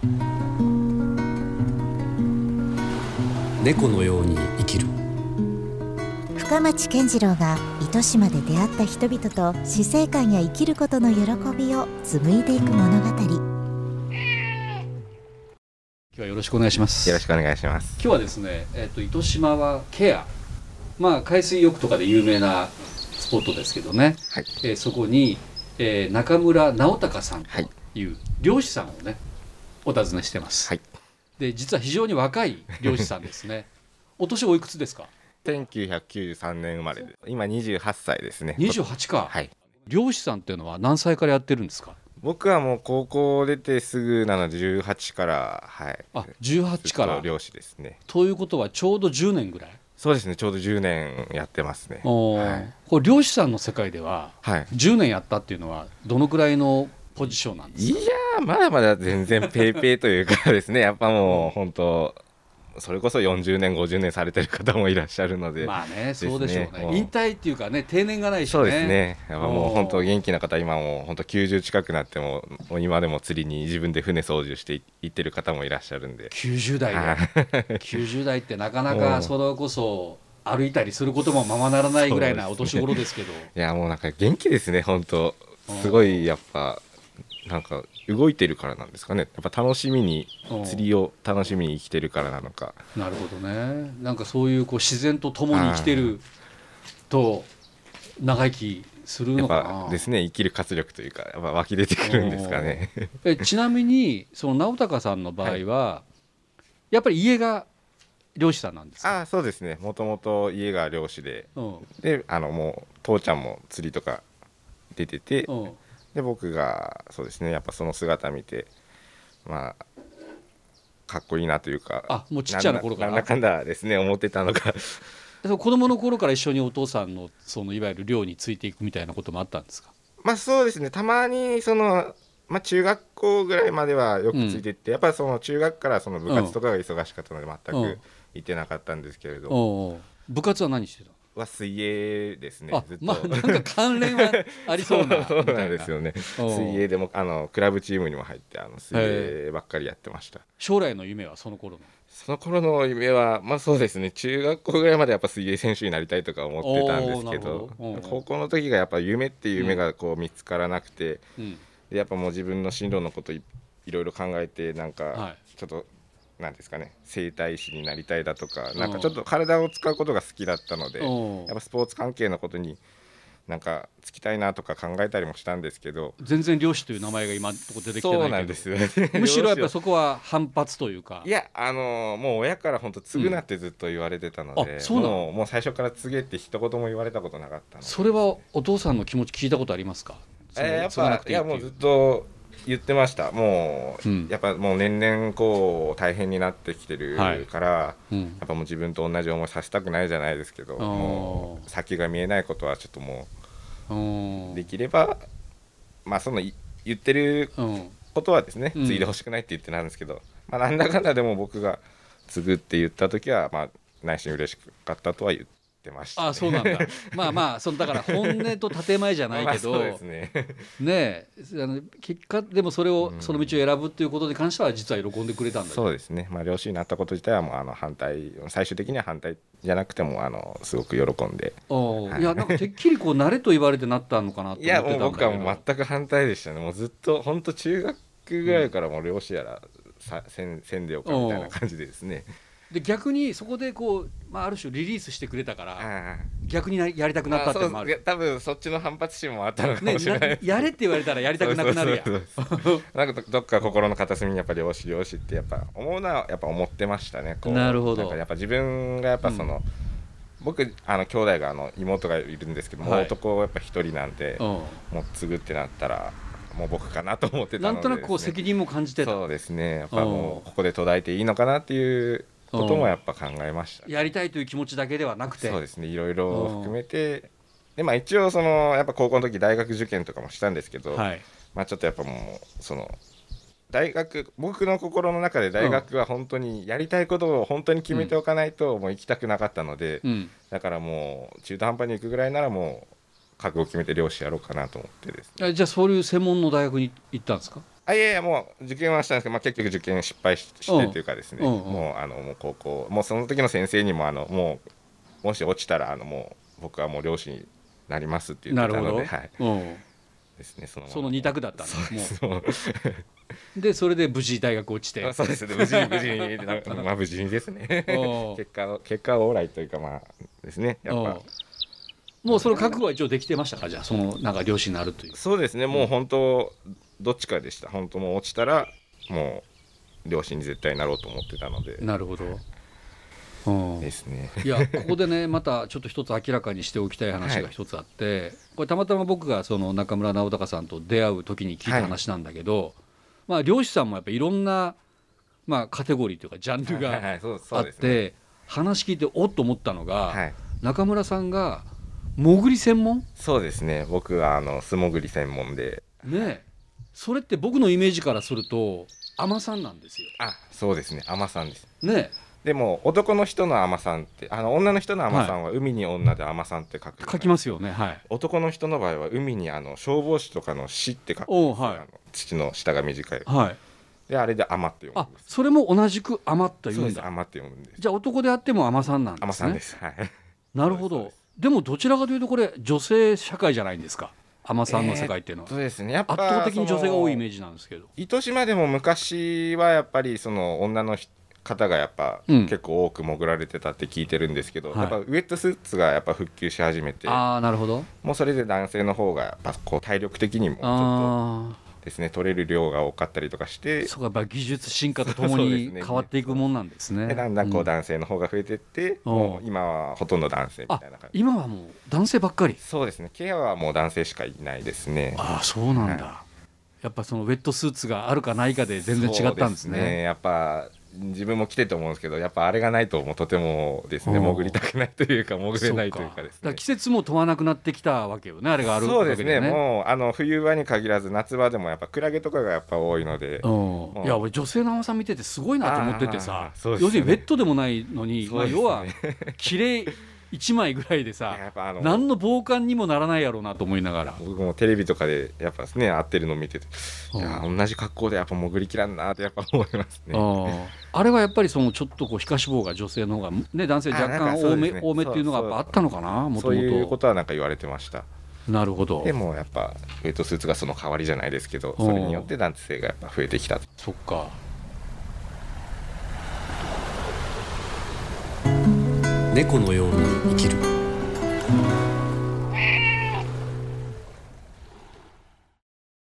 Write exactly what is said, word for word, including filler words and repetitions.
猫のように生きる。 深町健次郎が糸島で出会った人々と死生観や生きることの喜びを紡いでいく物語。 今日はよろしくお願いします。 よろしくお願いします。 今日はですね、えーと、糸島はケア、まあ、海水浴とかで有名なスポットですけどね、はい、えー、そこに、えー、中村直隆さんという漁師さんをねお尋ねしてます、はい、で実は非常に若い漁師さんですねお年おいくつですか？ せんきゅうひゃくきゅうじゅうさんねん生まれで今にじゅうはっさいですね。 にじゅうはちか、 はい、 漁師さんっていうのは何歳からやってるんですか？ 僕はもう高校出てすぐなのでじゅうはちから、はい、 あじゅうはちから漁師ですね。 ということはちょうどじゅうねんぐらい？そうですね、ちょうどじゅうねんやってますね。 はい、これ漁師さんの世界ではじゅうねんやったっていうのはどのくらいのポジションなんですか？ いやーまだまだ全然ペイペイというかですねやっぱもう本当それこそよんじゅうねんごじゅうねんされてる方もいらっしゃるので、 まあね、そうでしょうね。引退っていうかね、定年がないしね。 そうですね。やっぱもう本当元気な方、今も本当きゅうじゅう近くなっても、もう今でも釣りに自分で船操縦して行ってる方もいらっしゃるんで。 きゅうじゅう代できゅうじゅう代ってなかなかそれこそ歩いたりすることもままならないぐらいなお年頃ですけど。 いやもうなんか元気ですね、本当すごいやっぱなんか動いてるからなんですかね。やっぱ楽しみに釣りを楽しみに生きてるからなのか。 なるほどね。なんかそういうこう自然と共に生きてると長生きするのかな。 やっぱですね、生きる活力というかやっぱ湧き出てくるんですかね。 えちなみにその直隆さんの場合は、はい、やっぱり家が漁師さんなんですか？ あそうですね、もともと家が漁師で、であのもう父ちゃんも釣りとか出てて、で僕がそうですねやっぱその姿見てまあかっこいいなというか、 あもうちっちゃな頃からなんだかんだですね思ってたのが子供の頃から一緒にお父さんのそのいわゆる漁についていくみたいなこともあったんですか？ まあそうですね、たまにその、まあ、中学校ぐらいまではよくついていって、うん、やっぱりその中学からその部活とかが忙しかったので全く行ってなかったんですけれど、 うんうん、部活は何してたの？ は水泳ですね。 あずっとまあなんか関連はありそうなそうなんですよね。水泳でもあのクラブチームにも入ってあの水泳ばっかりやってました。 将来の夢はその頃のその頃の夢はまあそうですね、中学校ぐらいまでやっぱ水泳選手になりたいとか思ってたんですけど、高校の時がやっぱ夢っていう夢がこう見つからなくて、うん、でやっぱもう自分の進路のこと い, いろいろ考えてなんかちょっと、はいなんですかね、整体師になりたいだとか、なんかちょっと体を使うことが好きだったので、やっぱスポーツ関係のことになんかつきたいなとか考えたりもしたんですけど、 全然漁師という名前が今のとこ出てきてないけど、 そうなんですよねむしろやっぱそこは反発というか、 いやあのー、もう親から本当継ぐなってずっと言われてたので、うん、そうなの？もう、もう最初から継げって一言も言われたことなかったので、 それはお父さんの気持ち聞いたことありますか？ えー、やっぱいやもうずっと言ってました。もう、うん、やっぱもう年々こう大変になってきてるから、はいうん、やっぱもう自分と同じ思いさせたくないじゃないですけど、もう先が見えないことはちょっともうできればまあその言ってることはですね、うん、継いでほしくないって言ってなんですけど、まあ、なんだかんだでも僕が継ぐって言った時はまあ内心嬉しかったとは言って出ましたね。 あそうなんだまあまあそのだから本音と建前じゃないけどそうですねねえあの結果でもそれをその道を選ぶっていうことに関しては実は喜んでくれたんだ、ね、 そうですね、まあ、漁師になったこと自体はもうあの反対最終的には反対じゃなくてもあのすごく喜んで、 はい、いやなんかてっきりこう慣れと言われてなったのかなと思ってたんだけど、いやもう僕はもう全く反対でしたね。もうずっと本当中学ぐらいからもう漁師やらさせんせんでよかみたいな感じでですね。 で逆にそこでこう、まあ、ある種リリースしてくれたから逆にやりたくなったっていうのもある。 多分そっちの反発心もあったのかもしれない、ね、 やれって言われたらやりたくなくなるやんなんかどっか心の片隅にやっぱ漁師漁師ってやっぱ思うのはやっぱ思ってましたね。こうなるほど。 なんかやっぱ自分がやっぱその、うん、僕あの兄弟があの妹がいるんですけども、はい、男やっぱ一人なんで、うん、もう継ぐってなったらもう僕かなと思ってたので、ね、 なんとなくこう責任も感じてた。 そうですね、やっぱもうここで途絶えていいのかなっていうこともやっぱ考えました、ね、 やりたいという気持ちだけではなくて、 そうですね、いろいろ含めてで、まあ、一応そのやっぱ高校の時大学受験とかもしたんですけど、はい、まあ、ちょっとやっぱもうその大学僕の心の中で大学は本当にやりたいことを本当に決めておかないともう行きたくなかったので、うん、だからもう中途半端に行くぐらいならもう覚悟を決めて漁師やろうかなと思ってですね。 じゃあそういう専門の大学に行ったんですか？ あいやいやもう受験はしたんですけど、まあ、結局受験失敗 し, してというかですね、うんうん、もうあのもう高校もうその時の先生にもあのもうもし落ちたらあのもう僕はもう漁師になりますって言ってたので、はい、うん、 ですね、そのその二択だったんですもうでそれで無事大学落ちてそうですね無事に無事にまあ無事にですね結果結果はオーライというかまあですねやっぱもうその覚悟は一応できてましたかじゃあそのなんか漁師になるという。 そうですねもう本当どっちかでした本当もう落ちたらもう漁師に絶対なろうと思ってたので。 なるほど、うん、 ですね。 いやここでねまたちょっと一つ明らかにしておきたい話が一つあって、はい、これたまたま僕がその中村直隆さんと出会う時に聞いた話なんだけど、はい、まあ漁師さんもやっぱいろんな、まあ、カテゴリーというかジャンルがあって話聞いておっと思ったのが、はい、中村さんが潜り専門？ そうですね僕はあの素潜り専門でね。それって僕のイメージからすると海女さんなんですよ。 あそうですね海女さんですね。 でも男の人の海女さんってあの女の人の海女さんは海に女で海女さんって書く、 書きますよね、はい、 男の人の場合は海にあの消防士とかの死って書くんです、はい、あの父の下が短い、はい、であれで海女って読むんです。 あそれも同じく海女って言うんだ。そうです海女って読むんです。 じゃあ男であっても海女さんなんですね。 海女さんです、はい、 なるほど。でもどちらかというとこれ女性社会じゃないんですか海女さんの世界っていうのは、 えー、そうですねやっぱ圧倒的に女性が多いイメージなんですけど糸島でも昔はやっぱりその女の方がやっぱ結構多く潜られてたって聞いてるんですけど、うん、やっぱウェットスーツがやっぱ復旧し始めて、 はい、あーなるほど。 もうそれで男性の方がやっぱこう体力的にもちょっとですね取れる量が多かったりとかして、 そうかやっぱ技術進化とともに変わっていくもんなんですね。 でだんだんこう男性の方が増えていって、うん、もう今はほとんど男性みたいな感じ。 今はもう男性ばっかり。 そうですねケアはもう男性しかいないですね。 ああそうなんだ、はい、やっぱそのウェットスーツがあるかないかで全然違ったんですね。 そうですねやっぱ自分も来てと思うんですけどやっぱあれがないともうとてもですね潜りたくないというか潜れないというかですね。 だから季節も問わなくなってきたわけよねあれがあるわけでね。 そうですねもうあの冬場に限らず夏場でもやっぱクラゲとかがやっぱ多いので、 うん、いや俺女性の海女さん見ててすごいなと思っててさ、ね、要するにウェットでもないのに、まあ、要は綺麗いちまいぐらいでさ何の防寒にもならないやろうなと思いながら僕もテレビとかでやっぱね合ってるの見てていや同じ格好でやっぱ潜りきらんなってやっぱ思いますね。 あ, あれはやっぱりそのちょっとこう皮下脂肪が女性の方がね男性若干多め、ね、多めっていうのがやっぱあったのかな。もともとそういうことはなんか言われてました。 なるほど。 でもやっぱウェットスーツがその代わりじゃないですけどそれによって男性がやっぱ増えてきた。 そっか。 猫のように生きる。